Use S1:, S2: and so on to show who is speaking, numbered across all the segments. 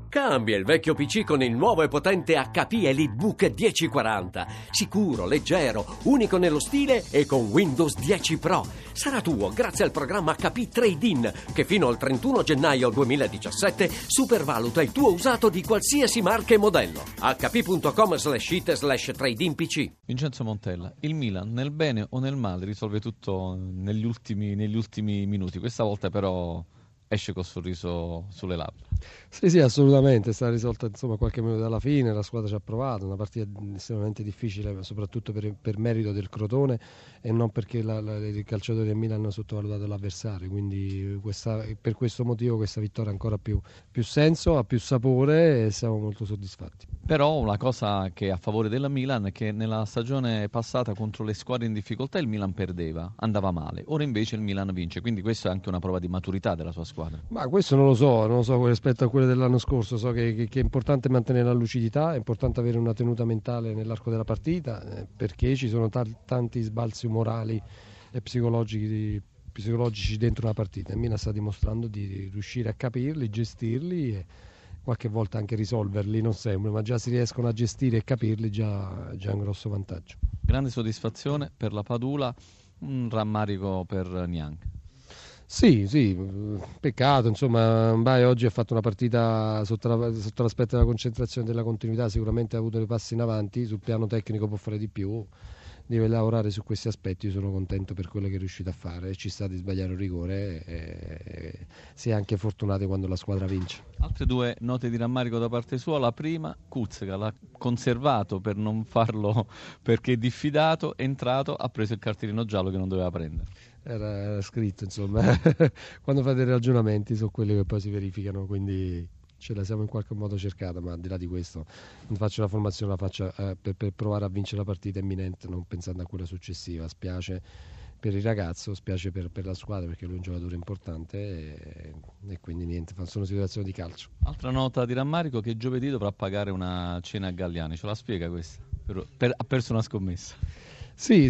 S1: Cambia il vecchio PC con il nuovo e potente HP EliteBook 1040. Sicuro, leggero, unico nello stile e con Windows 10 Pro. Sarà tuo grazie al programma HP Trade-in che fino al 31 gennaio 2017 supervaluta il tuo usato di qualsiasi marca e modello. hp.com/it/trade-in-PC.
S2: Vincenzo Montella, il Milan nel bene o nel male risolve tutto negli ultimi minuti. Questa volta però esce col sorriso sulle labbra.
S3: Sì, assolutamente, è stata risolta insomma qualche minuto dalla fine, la squadra ci ha provato, una partita estremamente difficile soprattutto per merito del Crotone e non perché i calciatori del Milan hanno sottovalutato l'avversario, quindi per questo motivo questa vittoria ha ancora più senso, ha più sapore e siamo molto soddisfatti.
S2: Però una cosa che è a favore della Milan è che nella stagione passata contro le squadre in difficoltà il Milan perdeva, andava male, ora invece il Milan vince, quindi questa è anche una prova di maturità della sua squadra.
S3: Ma questo non lo so rispetto a quelle dell'anno scorso, so che è importante mantenere la lucidità, è importante avere una tenuta mentale nell'arco della partita, perché ci sono tanti sbalzi umorali e psicologici dentro la partita. Il Milan sta dimostrando di riuscire a capirli, gestirli e qualche volta anche risolverli, non sempre, ma già si riescono a gestire e capirli, già è un grosso vantaggio.
S2: Grande soddisfazione per la Padula, un rammarico per Niang.
S3: Sì, peccato, insomma, Mbaye oggi ha fatto una partita sotto l'aspetto della concentrazione e della continuità, sicuramente ha avuto dei passi in avanti, sul piano tecnico può fare di più, deve lavorare su questi aspetti, io sono contento per quello che è riuscito a fare, ci sta di sbagliare un rigore e si è anche fortunati quando la squadra vince.
S2: Altre due note di rammarico da parte sua, la prima, Kuzka l'ha conservato per non farlo perché è diffidato, è entrato, ha preso il cartellino giallo che non doveva prendere. Era
S3: scritto, insomma, quando fate dei ragionamenti sono quelli che poi si verificano, quindi ce la siamo in qualche modo cercata, ma al di là di questo non faccio la formazione, la faccio per provare a vincere la partita imminente, non pensando a quella successiva. Spiace per il ragazzo, spiace per la squadra perché lui è un giocatore importante e quindi niente, sono situazioni di calcio.
S2: Altra nota di rammarico che giovedì dovrà pagare una cena a Galliani, ce la spiega questa? Ha perso una scommessa.
S3: Sì,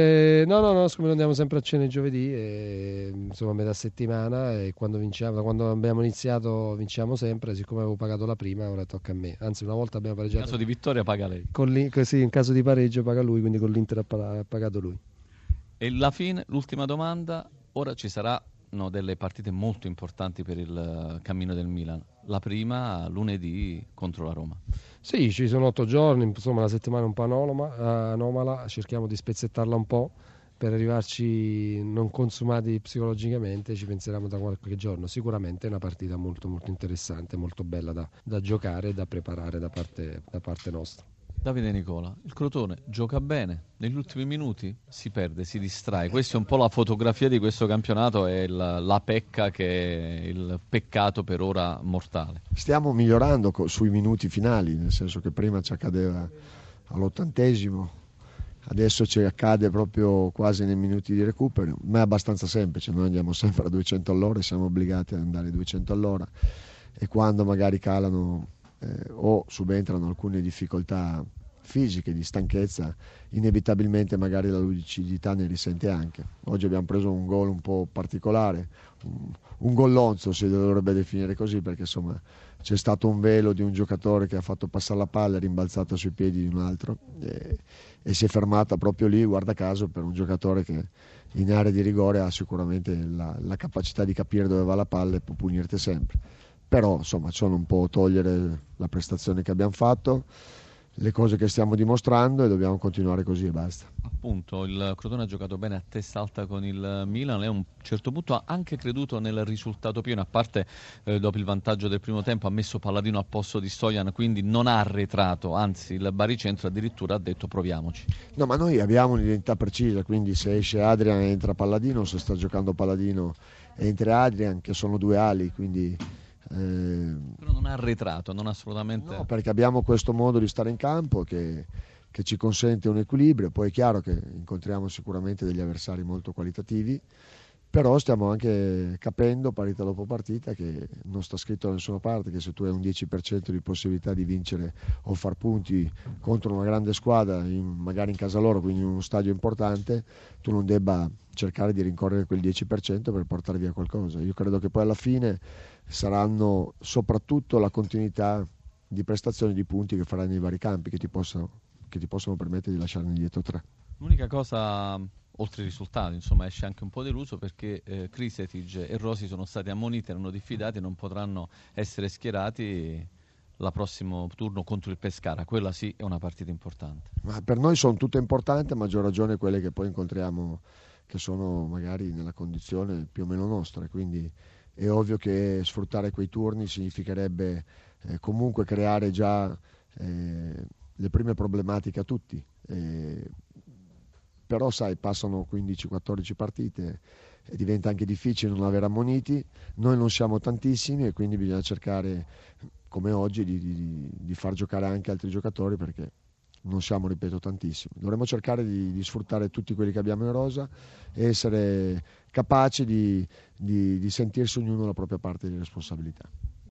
S3: no, siccome andiamo sempre a cena il giovedì, insomma a metà settimana e quando abbiamo iniziato vinciamo sempre, siccome avevo pagato la prima ora tocca a me, anzi una volta abbiamo pareggiato.
S2: In caso di vittoria paga lei.
S3: Sì, in caso di pareggio paga lui, quindi con l'Inter ha pagato lui.
S2: E la fine, l'ultima domanda, ora ci saranno delle partite molto importanti per il cammino del Milan, la prima lunedì contro la Roma.
S3: Sì, ci sono 8 giorni, insomma la settimana è un po' anomala, cerchiamo di spezzettarla un po' per arrivarci non consumati psicologicamente, ci penseremo da qualche giorno. Sicuramente è una partita molto molto interessante, molto bella da giocare e da preparare da parte nostra.
S2: Davide Nicola, il Crotone gioca bene, negli ultimi minuti si perde, si distrae. Questa è un po' la fotografia di questo campionato e la pecca che è il peccato per ora mortale.
S4: Stiamo migliorando sui minuti finali, nel senso che prima ci accadeva all'80°, adesso ci accade proprio quasi nei minuti di recupero, ma è abbastanza semplice, noi andiamo sempre a 200 all'ora e siamo obbligati ad andare a 200 all'ora e quando magari calano o subentrano alcune difficoltà fisiche, di stanchezza, inevitabilmente magari la lucidità ne risente anche. Oggi abbiamo preso un gol un po' particolare, un gollonzo si dovrebbe definire così, perché insomma c'è stato un velo di un giocatore che ha fatto passare la palla, è rimbalzata sui piedi di un altro e si è fermata proprio lì, guarda caso, per un giocatore che in area di rigore ha sicuramente la capacità di capire dove va la palla e può punirti sempre. Però insomma sono un po' togliere la prestazione che abbiamo fatto, le cose che stiamo dimostrando e dobbiamo continuare così e basta.
S2: Appunto, il Crotone ha giocato bene a testa alta con il Milan, lei a un certo punto ha anche creduto nel risultato pieno, a parte dopo il vantaggio del primo tempo ha messo Palladino al posto di Stojan, quindi non ha arretrato, anzi il baricentro addirittura ha detto proviamoci.
S4: No, ma noi abbiamo un'identità precisa, quindi se esce Adrian entra Palladino, se sta giocando Palladino entra Adrian, che sono due ali, quindi
S2: però non ha arretrato, non assolutamente.
S4: No, perché abbiamo questo modo di stare in campo che ci consente un equilibrio. Poi è chiaro che incontriamo sicuramente degli avversari molto qualitativi Però stiamo anche capendo partita dopo partita che non sta scritto da nessuna parte che se tu hai un 10% di possibilità di vincere o far punti contro una grande squadra, magari in casa loro, quindi in uno stadio importante, tu non debba cercare di rincorrere quel 10% per portare via qualcosa. Io credo che poi alla fine saranno soprattutto la continuità di prestazioni di punti che farai nei vari campi che ti possono permettere di lasciarne dietro 3.
S2: L'unica cosa, oltre ai risultati, insomma, esce anche un po' deluso perché Krisetic e Rossi sono stati ammoniti, erano diffidati e non potranno essere schierati la prossimo turno contro il Pescara. Quella sì è una partita importante.
S4: Ma per noi sono tutte importanti, a maggior ragione quelle che poi incontriamo che sono magari nella condizione più o meno nostra, quindi è ovvio che sfruttare quei turni significherebbe comunque creare già le prime problematiche a tutti. Però sai, passano 15-14 partite e diventa anche difficile non aver ammoniti, noi non siamo tantissimi e quindi bisogna cercare come oggi di far giocare anche altri giocatori perché non siamo, ripeto, tantissimi. Dovremmo cercare di sfruttare tutti quelli che abbiamo in rosa e essere capaci di sentirsi ognuno la propria parte di responsabilità.